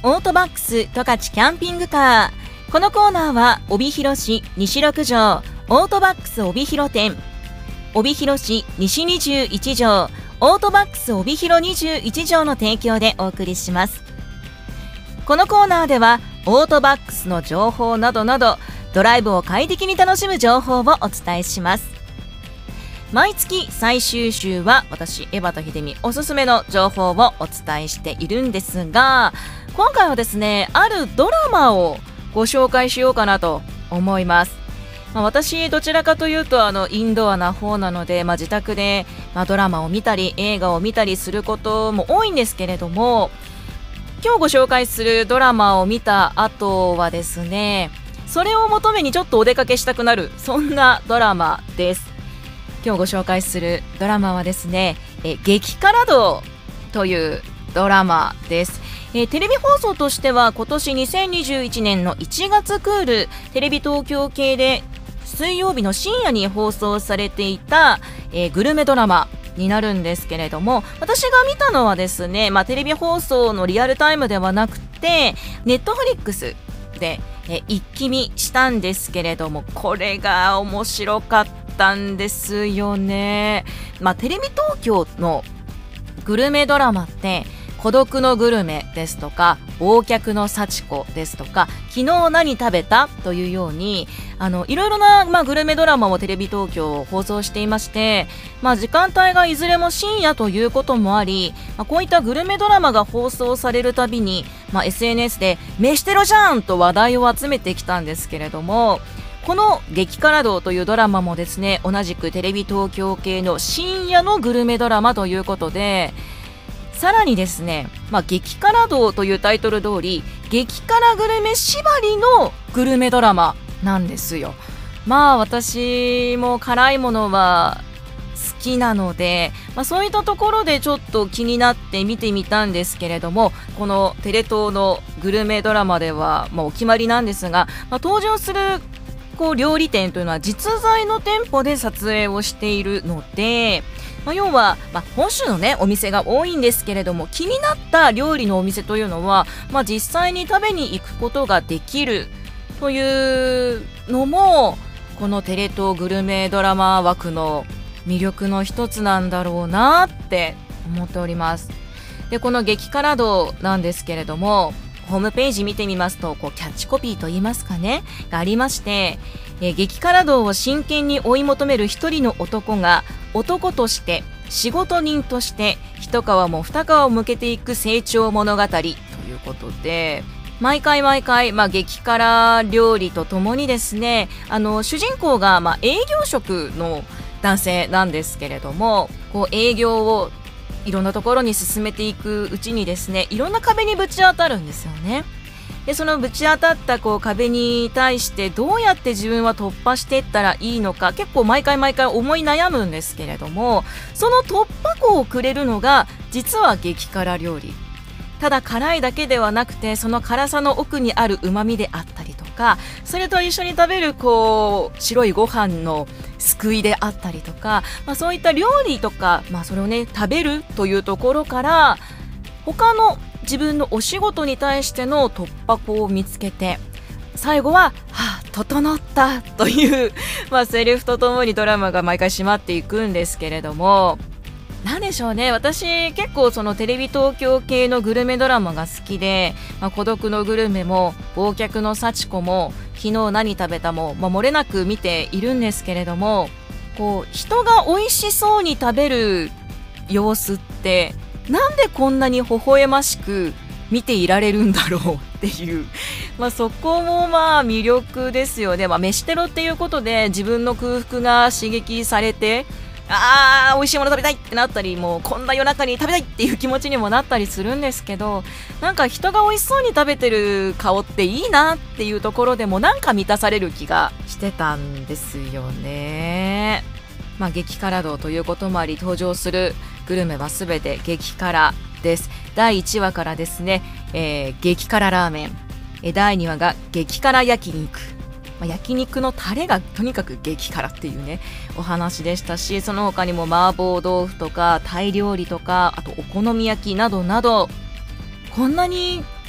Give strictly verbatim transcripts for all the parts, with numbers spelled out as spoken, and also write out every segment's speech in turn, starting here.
オートバックス十勝キャンピングカー。このコーナーは帯広市西六条オートバックス帯広店、帯広市西にじゅういち条オートバックス帯広にじゅういち条の提供でお送りします。このコーナーではオートバックスの情報などなどドライブを快適に楽しむ情報をお伝えします。毎月最終週は私江端秀美おすすめの情報をお伝えしているんですが、今回はですね、あるドラマをご紹介しようかなと思います。まあ、私どちらかというとあのインドアな方なので、まあ、自宅で、まあ、ドラマを見たり映画を見たりすることも多いんですけれども、今日ご紹介するドラマを見た後はですね、それを求めにちょっとお出かけしたくなる、そんなドラマです。今日ご紹介するドラマはですね、え激辛道というドラマです。えテレビ放送としては今年にせんにじゅういちねんのいちがつクールテレビ東京系で水曜日の深夜に放送されていた、えグルメドラマになるんですけれども、私が見たのはですね、まあ、テレビ放送のリアルタイムではなくてネットフリックスでえ一気見したんですけれども、これが面白かったんですよね。まあ、テレビ東京のグルメドラマって孤独のグルメですとか忘却の幸子ですとか昨日何食べたというようにあのいろいろな、まあ、グルメドラマをテレビ東京放送していまして、まあ、時間帯がいずれも深夜ということもあり、まあ、こういったグルメドラマが放送されるたびに、まあ、エスエヌエス で飯テロじゃんと話題を集めてきたんですけれども、この激辛道というドラマもですね、同じくテレビ東京系の深夜のグルメドラマということで、さらにですね、まあ、激辛道というタイトル通り激辛グルメ縛りのグルメドラマなんですよ。まあ私も辛いものは好きなので、まあ、そういったところでちょっと気になって見てみたんですけれども、このテレ東のグルメドラマでは、まあ、お決まりなんですが、まあ、登場するこう料理店というのは実在の店舗で撮影をしているので、まあ、要は、まあ、本州のねお店が多いんですけれども、気になった料理のお店というのは、まあ、実際に食べに行くことができるというのもこのテレ東グルメドラマ枠の魅力の一つなんだろうなって思っております。でこの激辛道なんですけれども、ホームページ見てみますとこうキャッチコピーといいますかねがありまして、え激辛道を真剣に追い求める一人の男が男として仕事人として一皮も二皮を向けていく成長物語ということで、毎回毎回、まあ、激辛料理とともにですね、あの主人公が、まあ、営業職の男性なんですけれども、こう営業をいろんなところに進めていくうちにですね、いろんな壁にぶち当たるんですよね。でそのぶち当たったこう壁に対してどうやって自分は突破していったらいいのか、結構毎回毎回思い悩むんですけれども、その突破口をくれるのが実は激辛料理。ただ辛いだけではなくて、その辛さの奥にある旨味であったりとか、それと一緒に食べるこう白いご飯の救いであったりとか、まあ、そういった料理とか、まあ、それをね食べるというところから他の自分のお仕事に対しての突破口を見つけて、最後ははぁ整ったという、まあ、セリフとともにドラマが毎回締まっていくんですけれども、なんでしょうね、私結構そのテレビ東京系のグルメドラマが好きで、まあ、孤独のグルメも忘却の幸子も昨日何食べたも、まあ、漏れなく見ているんですけれども、こう人が美味しそうに食べる様子ってなんでこんなに微笑ましく見ていられるんだろうっていう、まあ、そこもまあ魅力ですよね。まあ、飯テロっていうことで自分の空腹が刺激されて、あー美味しいもの食べたいってなったり、もうこんな夜中に食べたいっていう気持ちにもなったりするんですけど、なんか人が美味しそうに食べてる顔っていいなっていうところでもなんか満たされる気がしてたんですよね。まあ、激辛道ということもあり登場するグルメはすべて激辛です。だいいちわからですね、えー、激辛ラーメン、えだいにわが激辛焼肉、まあ、焼肉のタレがとにかく激辛っていうねお話でしたし、その他にも麻婆豆腐とかタイ料理とか、あとお好み焼きなどなど、こんなに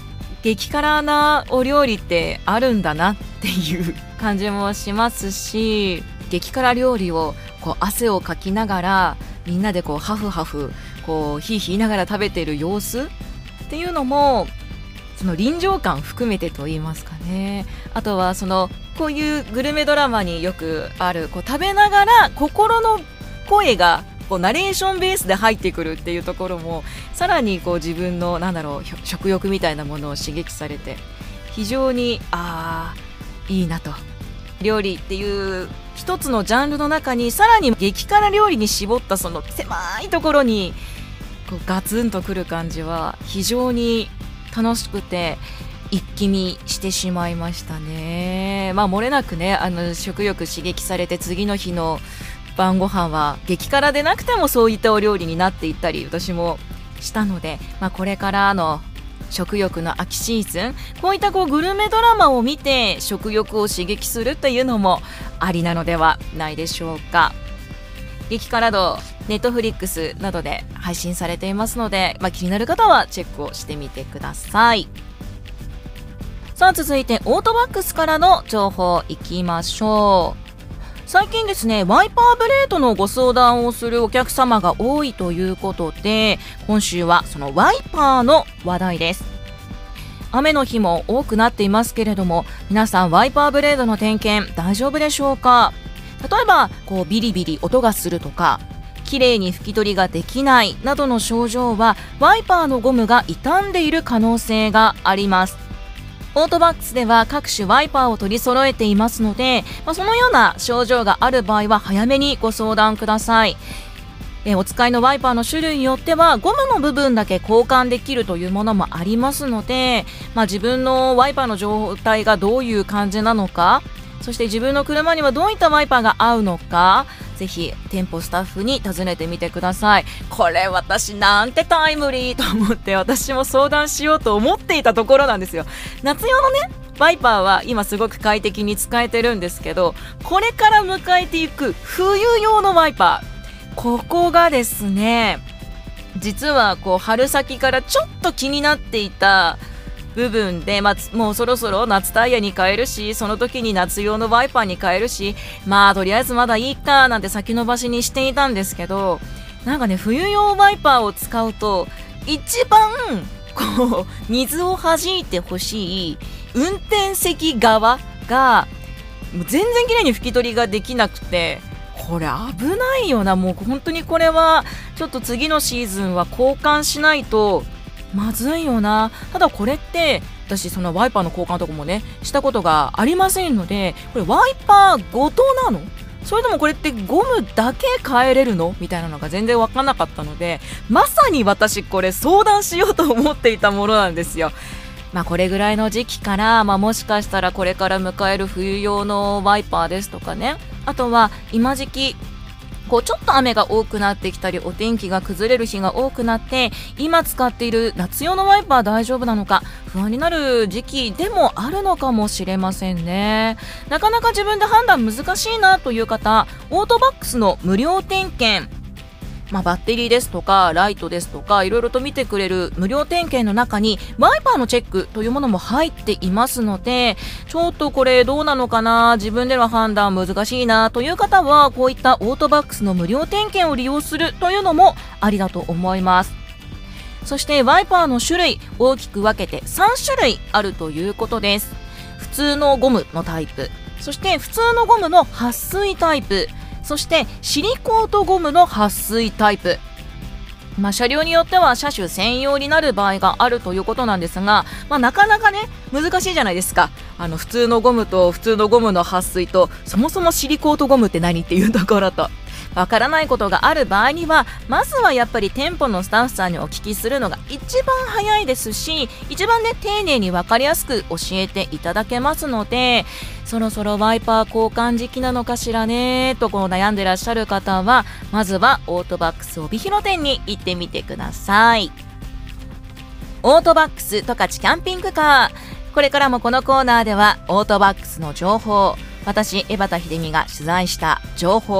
激辛なお料理ってあるんだなっていう感じもしますし、激辛料理をこう汗をかきながらみんなでこうハフハフこうヒーヒー言いながら食べてる様子っていうのも、その臨場感含めてと言いますかね。あとはそのこういうグルメドラマによくあるこう食べながら心の声がこうナレーションベースで入ってくるっていうところも、さらにこう自分のなんだろう食欲みたいなものを刺激されて、非常にあーいいなと。料理っていう一つのジャンルの中にさらに激辛料理に絞ったその狭いところにこうガツンとくる感じは非常に楽しくて一気見してしまいましたね。まあ漏れなくね、あの食欲刺激されて次の日の晩ご飯は激辛でなくてもそういったお料理になっていったり私もしたので、まあ、これからの食欲の秋シーズン、こういったこうグルメドラマを見て食欲を刺激するっていうのもありなのではないでしょうか。激辛道ネットフリックスなどで配信されていますので、まあ、気になる方はチェックをしてみてください。さあ続いてオートバックスからの情報いきましょう。最近ですね、ワイパーブレードのご相談をするお客様が多いということで、今週はそのワイパーの話題です。雨の日も多くなっていますけれども、皆さんワイパーブレードの点検大丈夫でしょうか。例えばこうビリビリ音がするとか、綺麗に拭き取りができないなどの症状はワイパーのゴムが傷んでいる可能性があります。オートバックスでは各種ワイパーを取り揃えていますので、まあ、そのような症状がある場合は早めにご相談ください。えお使いのワイパーの種類によってはゴムの部分だけ交換できるというものもありますので、まあ、自分のワイパーの状態がどういう感じなのか、そして自分の車にはどういったワイパーが合うのか、ぜひ店舗スタッフに尋ねてみてください。これ私なんてタイムリーと思って私も相談しようと思っていたところなんですよ。夏用のねワイパーは今すごく快適に使えてるんですけど、これから迎えていく冬用のワイパー、ここがですね、実はこう春先からちょっと気になっていた部分で、まあ、もうそろそろ夏タイヤに変えるし、その時に夏用のワイパーに変えるし、まあとりあえずまだいいかなんて先延ばしにしていたんですけど、なんかね冬用ワイパーを使うと一番こう水を弾いてほしい運転席側がもう全然綺麗に拭き取りができなくて、これ危ないよな。もう本当にこれはちょっと次のシーズンは交換しないとまずいよな。ただこれって私そのワイパーの交換とかもねしたことがありませんので、これワイパーごとなの？それともこれってゴムだけ変えれるの？みたいなのが全然分からなかったので、まさに私これ相談しようと思っていたものなんですよ。まあこれぐらいの時期から、まあ、もしかしたらこれから迎える冬用のワイパーですとかね、あとは今時期こうちょっと雨が多くなってきたりお天気が崩れる日が多くなって、今使っている夏用のワイパー大丈夫なのか不安になる時期でもあるのかもしれませんね。なかなか自分で判断難しいなという方、オートバックスの無料点検、まあ、バッテリーですとかライトですとかいろいろと見てくれる無料点検の中にワイパーのチェックというものも入っていますので、ちょっとこれどうなのかな、自分での判断難しいなという方はこういったオートバックスの無料点検を利用するというのもありだと思います。そしてワイパーの種類大きく分けてさん種類あるということです。普通のゴムのタイプ、そして普通のゴムの撥水タイプ、そしてシリコートゴムの撥水タイプ、まあ、車両によっては車種専用になる場合があるということなんですが、まあ、なかなかね難しいじゃないですか。あの普通のゴムと普通のゴムの撥水と、そもそもシリコートゴムって何っていうところとわからないことがある場合には、まずはやっぱり店舗のスタッフさんにお聞きするのが一番早いですし、一番ね丁寧に分かりやすく教えていただけますので、そろそろワイパー交換時期なのかしらねとこう悩んでらっしゃる方は、まずはオートバックス帯広店に行ってみてください。オートバックス十勝キャンピングカー、これからもこのコーナーではオートバックスの情報、私江端秀美が取材した情報、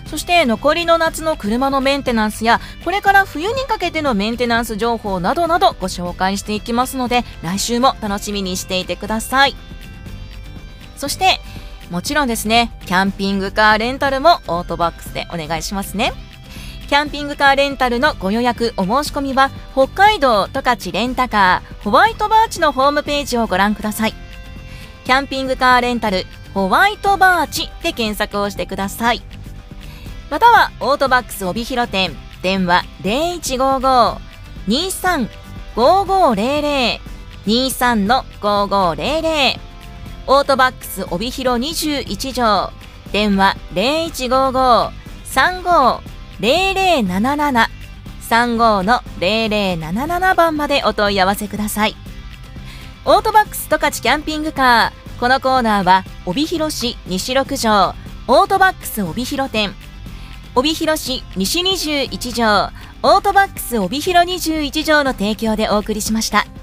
そして残りの夏の車のメンテナンスやこれから冬にかけてのメンテナンス情報などなどご紹介していきますので、来週も楽しみにしていてください。そしてもちろんですね、キャンピングカーレンタルもオートバックスでお願いしますね。キャンピングカーレンタルのご予約お申し込みは北海道十勝レンタカーホワイトバーチのホームページをご覧ください。キャンピングカーレンタルホワイトバーチで検索をしてください。またはオートバックス帯広店、電話 ゼロいちごご にさん ごごゼロゼロ にさん のごごゼロゼロ、オートバックス帯広にじゅういち条、電話 ゼロいちごご さんご ゼロゼロなななな さんご のゼロゼロなななな番までお問い合わせください。オートバックス十勝キャンピングカー、このコーナーは帯広市西ろく条オートバックス帯広店、帯広市西にじゅういち条オートバックス帯広にじゅういち条の提供でお送りしました。